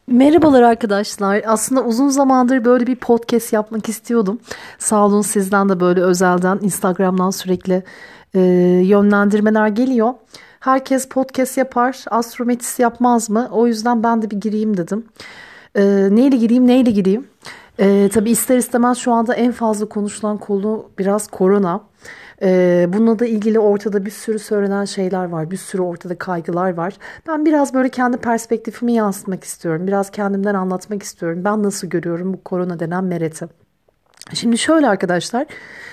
Merhabalar arkadaşlar. Aslında uzun zamandır böyle bir podcast yapmak istiyordum. Sağ olun sizden de böyle özelden Instagram'dan sürekli e, yönlendirmeler geliyor. Herkes podcast yapar, Astrometis yapmaz mı? O yüzden ben de bir gireyim dedim. Neyle gireyim, neyle gireyim? Tabii ister istemez şu anda en fazla konuşulan konu biraz korona. Bununla da ilgili ortada bir sürü söylenen şeyler var. Bir sürü ortada kaygılar var. Ben biraz böyle kendi perspektifimi yansıtmak istiyorum. Biraz kendimden anlatmak istiyorum. Ben nasıl görüyorum bu korona denen mereti. Şimdi şöyle arkadaşlar,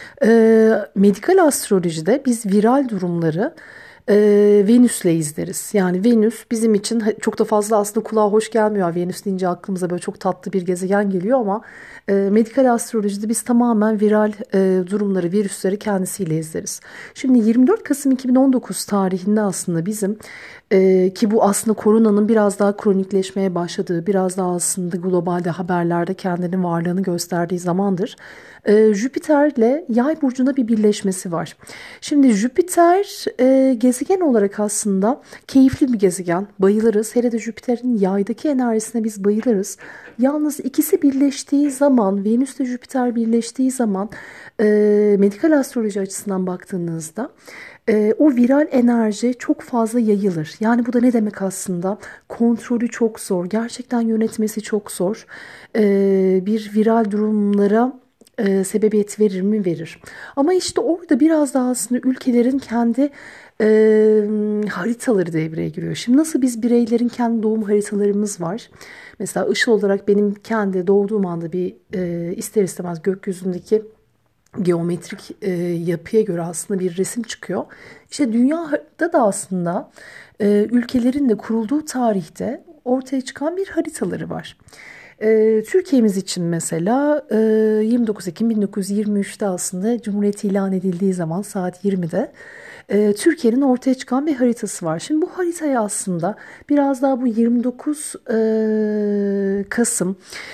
medikal astrolojide biz viral durumları e, Venüs'le izleriz. Yani Venüs bizim için çok da fazla aslında kulağa hoş gelmiyor. Venüs deyince aklımıza böyle çok tatlı bir gezegen geliyor ama medikal astrolojide biz tamamen viral durumları, virüsleri kendisiyle izleriz. Şimdi 24 Kasım 2019 tarihinde aslında bizim ki bu aslında koronanın biraz daha kronikleşmeye başladığı, biraz daha aslında globalde haberlerde kendinin varlığını gösterdiği zamandır. Jüpiter'le Yay burcunda bir birleşmesi var. Şimdi Jüpiter gezegen olarak aslında keyifli bir gezegen. Bayılırız. Hele de Jüpiter'in Yay'daki enerjisine biz bayılırız. Yalnız ikisi birleştiği zaman, Venüs ile Jüpiter birleştiği zaman medikal astroloji açısından baktığınızda o viral enerji çok fazla yayılır. Yani bu da ne demek aslında? Kontrolü çok zor. Gerçekten yönetmesi çok zor. Bir viral durumlara sebebiyet verir mi? Verir. Ama işte orada biraz daha aslında ülkelerin kendi haritaları devreye giriyor. Şimdi nasıl biz bireylerin kendi doğum haritalarımız var. Mesela Işıl olarak benim kendi doğduğum anda bir ister istemez gökyüzündeki geometrik yapıya göre aslında bir resim çıkıyor. İşte dünyada da aslında ülkelerin de kurulduğu tarihte ortaya çıkan bir haritaları var. Türkiye'miz için mesela 29 Ekim 1923'te aslında Cumhuriyet ilan edildiği zaman saat 20'de Türkiye'nin ortaya çıkan bir haritası var. Şimdi bu haritaya aslında biraz daha bu 29 Kasım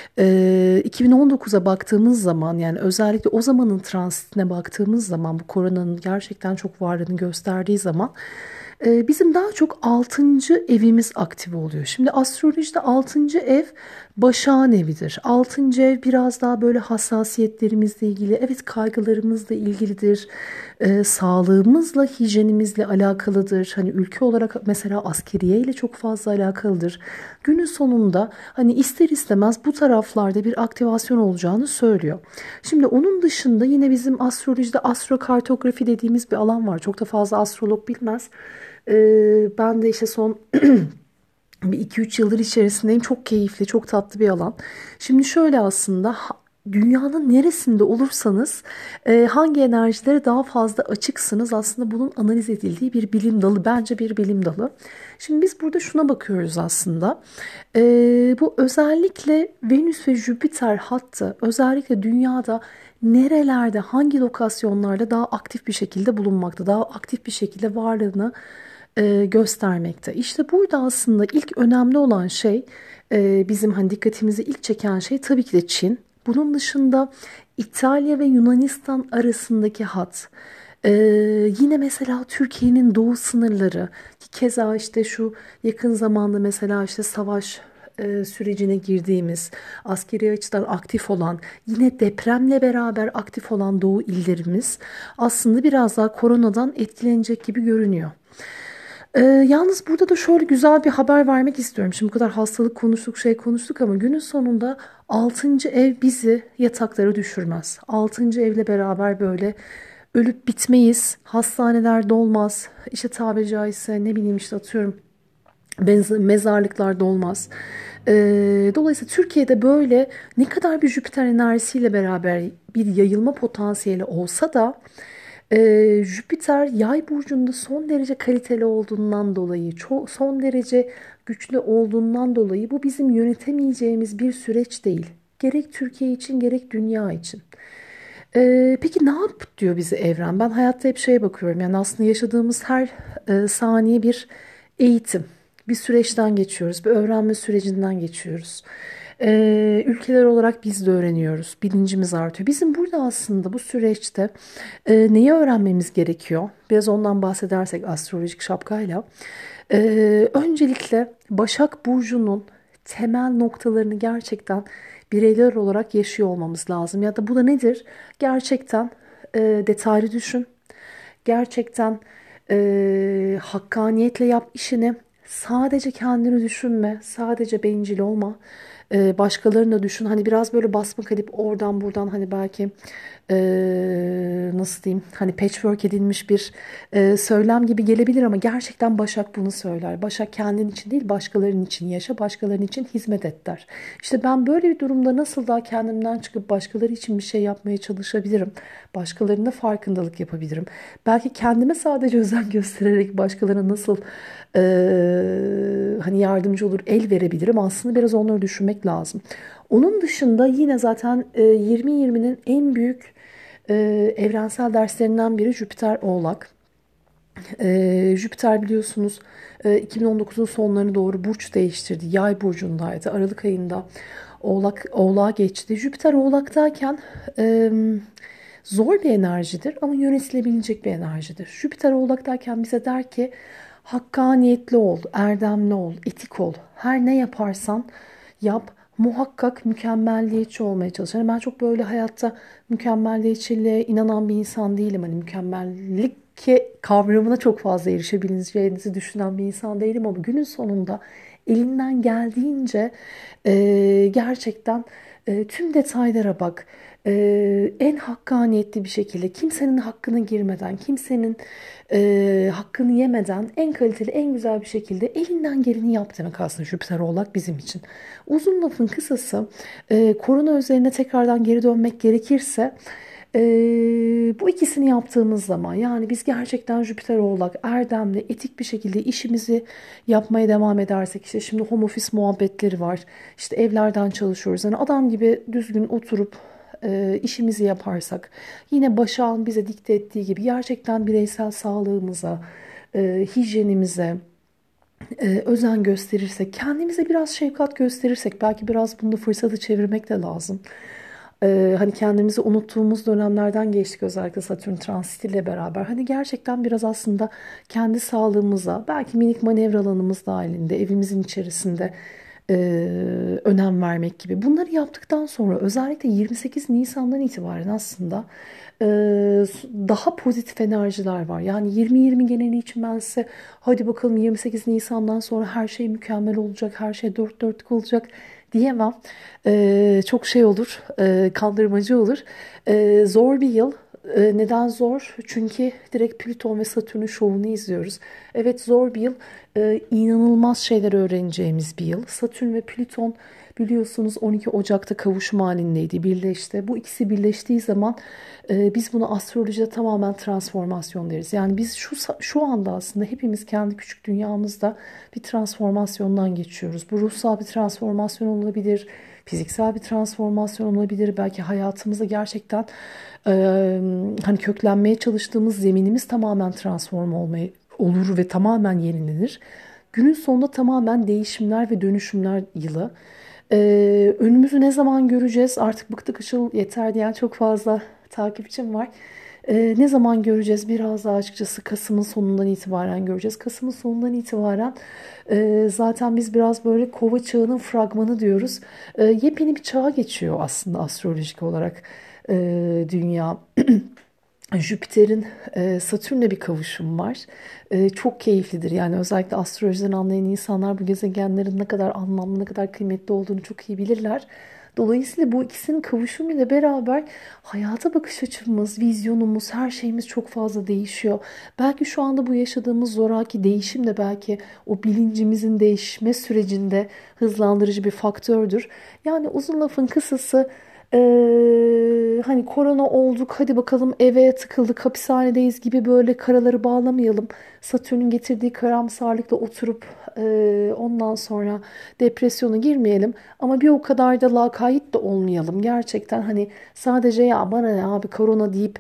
2019'a baktığımız zaman, yani özellikle o zamanın transitine baktığımız zaman, bu koronanın gerçekten çok varlığını gösterdiği zaman bizim daha çok altıncı evimiz aktive oluyor. Şimdi astrolojide altıncı ev başağın evidir. Altıncı ev biraz daha böyle hassasiyetlerimizle ilgili, evet, kaygılarımızla ilgilidir. Sağlığımızla, hijyenimizle alakalıdır. Hani ülke olarak mesela askeriye ile çok fazla alakalıdır. Günün sonunda hani ister istemez bu taraflarda bir aktivasyon olacağını söylüyor. Şimdi onun dışında yine bizim astrolojide astrokartografi dediğimiz bir alan var. Çok da fazla astrolog bilmez. Ben de işte son bir iki üç yıldır içerisindeyim. Çok keyifli, çok tatlı bir alan. Şimdi şöyle aslında dünyanın neresinde olursanız hangi enerjilere daha fazla açıksınız, aslında bunun analiz edildiği bir bilim dalı. Bence bir bilim dalı. Şimdi biz burada şuna bakıyoruz aslında. Bu özellikle Venüs ve Jüpiter hattı özellikle dünyada nerelerde, hangi lokasyonlarda daha aktif bir şekilde bulunmakta, daha aktif bir şekilde varlığını göstermekte. İşte burada aslında ilk önemli olan şey, bizim hani dikkatimizi ilk çeken şey tabii ki de Çin. Bunun dışında İtalya ve Yunanistan arasındaki hat. Ee, Yine mesela Türkiye'nin doğu sınırları, ki keza işte şu yakın zamanda mesela işte savaş sürecine girdiğimiz, askeri açıdan aktif olan, yine depremle beraber aktif olan doğu illerimiz aslında biraz daha koronadan etkilenecek gibi görünüyor. Yalnız burada da şöyle güzel bir haber vermek istiyorum. Şimdi bu kadar hastalık konuştuk, şey konuştuk ama günün sonunda altıncı ev bizi yataklara düşürmez. Altıncı evle beraber böyle ölüp bitmeyiz. Hastaneler dolmaz. İşte tabiri caizse ne bileyim işte atıyorum mezarlıklar dolmaz. Dolayısıyla Türkiye'de böyle ne kadar bir Jüpiter enerjisiyle beraber bir yayılma potansiyeli olsa da Jüpiter Yay burcunda son derece kaliteli olduğundan dolayı, çok son derece güçlü olduğundan dolayı bu bizim yönetemeyeceğimiz bir süreç değil. Gerek Türkiye için gerek dünya için. Peki ne yap diyor bize evren? Ben hayatta hep şeye bakıyorum. Yani aslında yaşadığımız her saniye bir eğitim. Bir süreçten geçiyoruz. Bir öğrenme sürecinden geçiyoruz. Ülkeler olarak biz de öğreniyoruz. Bilincimiz artıyor. Bizim burada aslında bu süreçte neyi öğrenmemiz gerekiyor? Biraz ondan bahsedersek astrolojik şapkayla. Öncelikle Başak Burcu'nun temel noktalarını gerçekten bireyler olarak yaşıyor olmamız lazım. Ya da bu da nedir? Gerçekten detaylı düşün. Gerçekten hakkaniyetle yap işini. Sadece kendini düşünme. Sadece bencil olma. Başkalarını da düşün. Hani biraz böyle basma kalıp oradan buradan hani belki nasıl diyeyim, hani patchwork edilmiş bir söylem gibi gelebilir ama gerçekten Başak bunu söyler. Başak kendin için değil başkalarının için yaşa, başkalarının için hizmet et der. İşte ben böyle bir durumda nasıl daha kendimden çıkıp başkaları için bir şey yapmaya çalışabilirim? Başkalarına farkındalık yapabilirim. Belki kendime sadece özen göstererek başkalarına nasıl hani yardımcı olur, el verebilirim. Aslında biraz onları düşünmek lazım. Onun dışında yine zaten 2020'nin en büyük evrensel derslerinden biri Jüpiter Oğlak. Jüpiter biliyorsunuz 2019'un sonlarına doğru burç değiştirdi. Yay burcundaydı. Aralık ayında Oğlak'a geçti. Jüpiter Oğlak'tayken zor bir enerjidir ama yönetilebilecek bir enerjidir. Jüpiter Oğlak'tayken bize der ki hakkaniyetli ol, erdemli ol, etik ol. Her ne yaparsan yap. Muhakkak mükemmelliyetçi olmaya çalış. Yani ben çok böyle hayatta mükemmelliyetçiliğe inanan bir insan değilim. Hani mükemmellik kavramına çok fazla erişebileceğinizi düşünen bir insan değilim ama günün sonunda elinden geldiğince gerçekten tüm detaylara bak. En hakkaniyetli bir şekilde kimsenin hakkına girmeden, kimsenin hakkını yemeden en kaliteli, en güzel bir şekilde elinden geleni yap demek aslında Jüpiter Oğlak bizim için. Uzun lafın kısası, korona üzerine tekrardan geri dönmek gerekirse e, bu ikisini yaptığımız zaman yani biz gerçekten Jüpiter Oğlak erdemli, etik bir şekilde işimizi yapmaya devam edersek işte şimdi home office muhabbetleri var. İşte evlerden çalışıyoruz. Yani adam gibi düzgün oturup işimizi yaparsak yine Başak'ın bize dikte ettiği gibi gerçekten bireysel sağlığımıza, hijyenimize özen gösterirsek, kendimize biraz şefkat gösterirsek belki biraz bunu fırsatı çevirmek de lazım. Hani kendimizi unuttuğumuz dönemlerden geçtik özellikle Satürn transitiyle beraber. Hani gerçekten biraz aslında kendi sağlığımıza, belki minik manevra alanımız dahilinde, evimizin içerisinde e, önem vermek gibi. Bunları yaptıktan sonra özellikle 28 Nisan'dan itibaren aslında e, daha pozitif enerjiler var. Yani 2020 geneli için ben size hadi bakalım 28 Nisan'dan sonra her şey mükemmel olacak, her şey dört dörtlük olacak diyemem. Çok şey olur, kandırmacı olur. Zor bir yıl. Neden zor? Çünkü direkt Plüton ve Satürn'ün şovunu izliyoruz. Evet zor bir yıl. İnanılmaz şeyler öğreneceğimiz bir yıl. Satürn ve Plüton biliyorsunuz 12 Ocak'ta kavuşum halindeydi, birleşti. Bu ikisi birleştiği zaman biz bunu astrolojide tamamen transformasyon deriz. Yani biz şu anda aslında hepimiz kendi küçük dünyamızda bir transformasyondan geçiyoruz. Bu ruhsal bir transformasyon olabilir, fiziksel bir transformasyon olabilir. Belki hayatımızda gerçekten e, hani köklenmeye çalıştığımız zeminimiz tamamen transform olmaya olur ve tamamen yenilenir. Günün sonunda tamamen değişimler ve dönüşümler yılı. Önümüzü ne zaman göreceğiz? Artık bıktık Işıl yeter diyen çok fazla takipçim var. Ne zaman göreceğiz? Biraz daha açıkçası Kasım'ın sonundan itibaren göreceğiz. Kasım'ın sonundan itibaren zaten biz biraz böyle kova çağının fragmanı diyoruz. Yepyeni bir çağa geçiyor aslında astrolojik olarak dünya. Jüpiter'in Satürn'le bir kavuşum var. Çok keyiflidir. Yani özellikle astrolojiden anlayan insanlar bu gezegenlerin ne kadar anlamlı, ne kadar kıymetli olduğunu çok iyi bilirler. Dolayısıyla bu ikisinin kavuşumuyla beraber hayata bakış açımız, vizyonumuz, her şeyimiz çok fazla değişiyor. Belki şu anda bu yaşadığımız zoraki değişim de belki o bilincimizin değişme sürecinde hızlandırıcı bir faktördür. Yani uzun lafın kısası hani korona olduk hadi bakalım eve tıkıldık hapishanedeyiz gibi böyle karaları bağlamayalım. Satürn'ün getirdiği karamsarlıkla oturup ondan sonra depresyona girmeyelim. Ama bir o kadar da lakayt da olmayalım. Gerçekten hani sadece ya bana ne abi korona deyip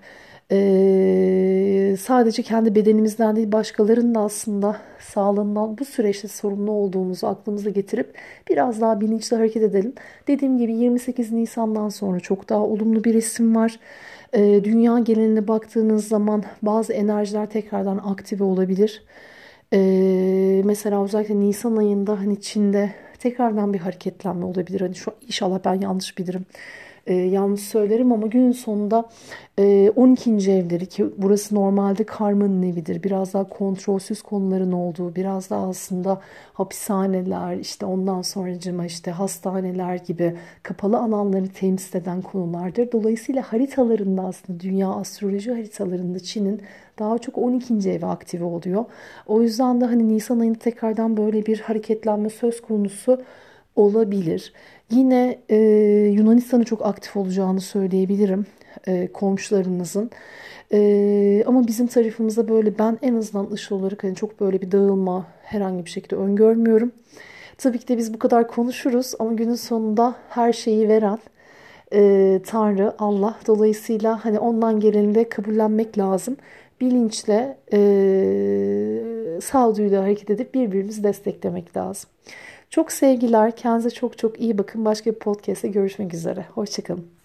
sadece kendi bedenimizden değil başkalarının da aslında sağlığından bu süreçte sorumlu olduğumuzu aklımıza getirip biraz daha bilinçli hareket edelim. Dediğim gibi 28 Nisan'dan sonra çok daha olumlu bir resim var. Dünya geneline baktığınız zaman bazı enerjiler tekrardan aktive olabilir. Mesela özellikle Nisan ayında hani Çin'de tekrardan bir hareketlenme olabilir. Hani şu inşallah ben yanlış bilirim. Yanlış söylerim ama günün sonunda 12. evleri, ki burası normalde karmanın evidir. Biraz daha kontrolsüz konuların olduğu, biraz daha aslında hapishaneler, işte ondan sonracıma işte hastaneler gibi kapalı alanları temsil eden konulardır. Dolayısıyla haritalarında, aslında dünya astroloji haritalarında Çin'in daha çok 12. evi aktive oluyor. O yüzden de hani Nisan ayında tekrardan böyle bir hareketlenme söz konusu olabilir. Yine Yunanistan'ın çok aktif olacağını söyleyebilirim, komşularımızın. Ama bizim tarafımızda böyle, ben en azından ışıl olarak hani çok böyle bir dağılma herhangi bir şekilde öngörmüyorum. Tabii ki de biz bu kadar konuşuruz ama günün sonunda her şeyi veren Tanrı, Allah. Dolayısıyla hani ondan geleni de kabullenmek lazım. Bilinçle, sağduyuyla hareket edip birbirimizi desteklemek lazım. Çok sevgiler. Kendinize çok çok iyi bakın. Başka bir podcast'te görüşmek üzere. Hoşça kalın.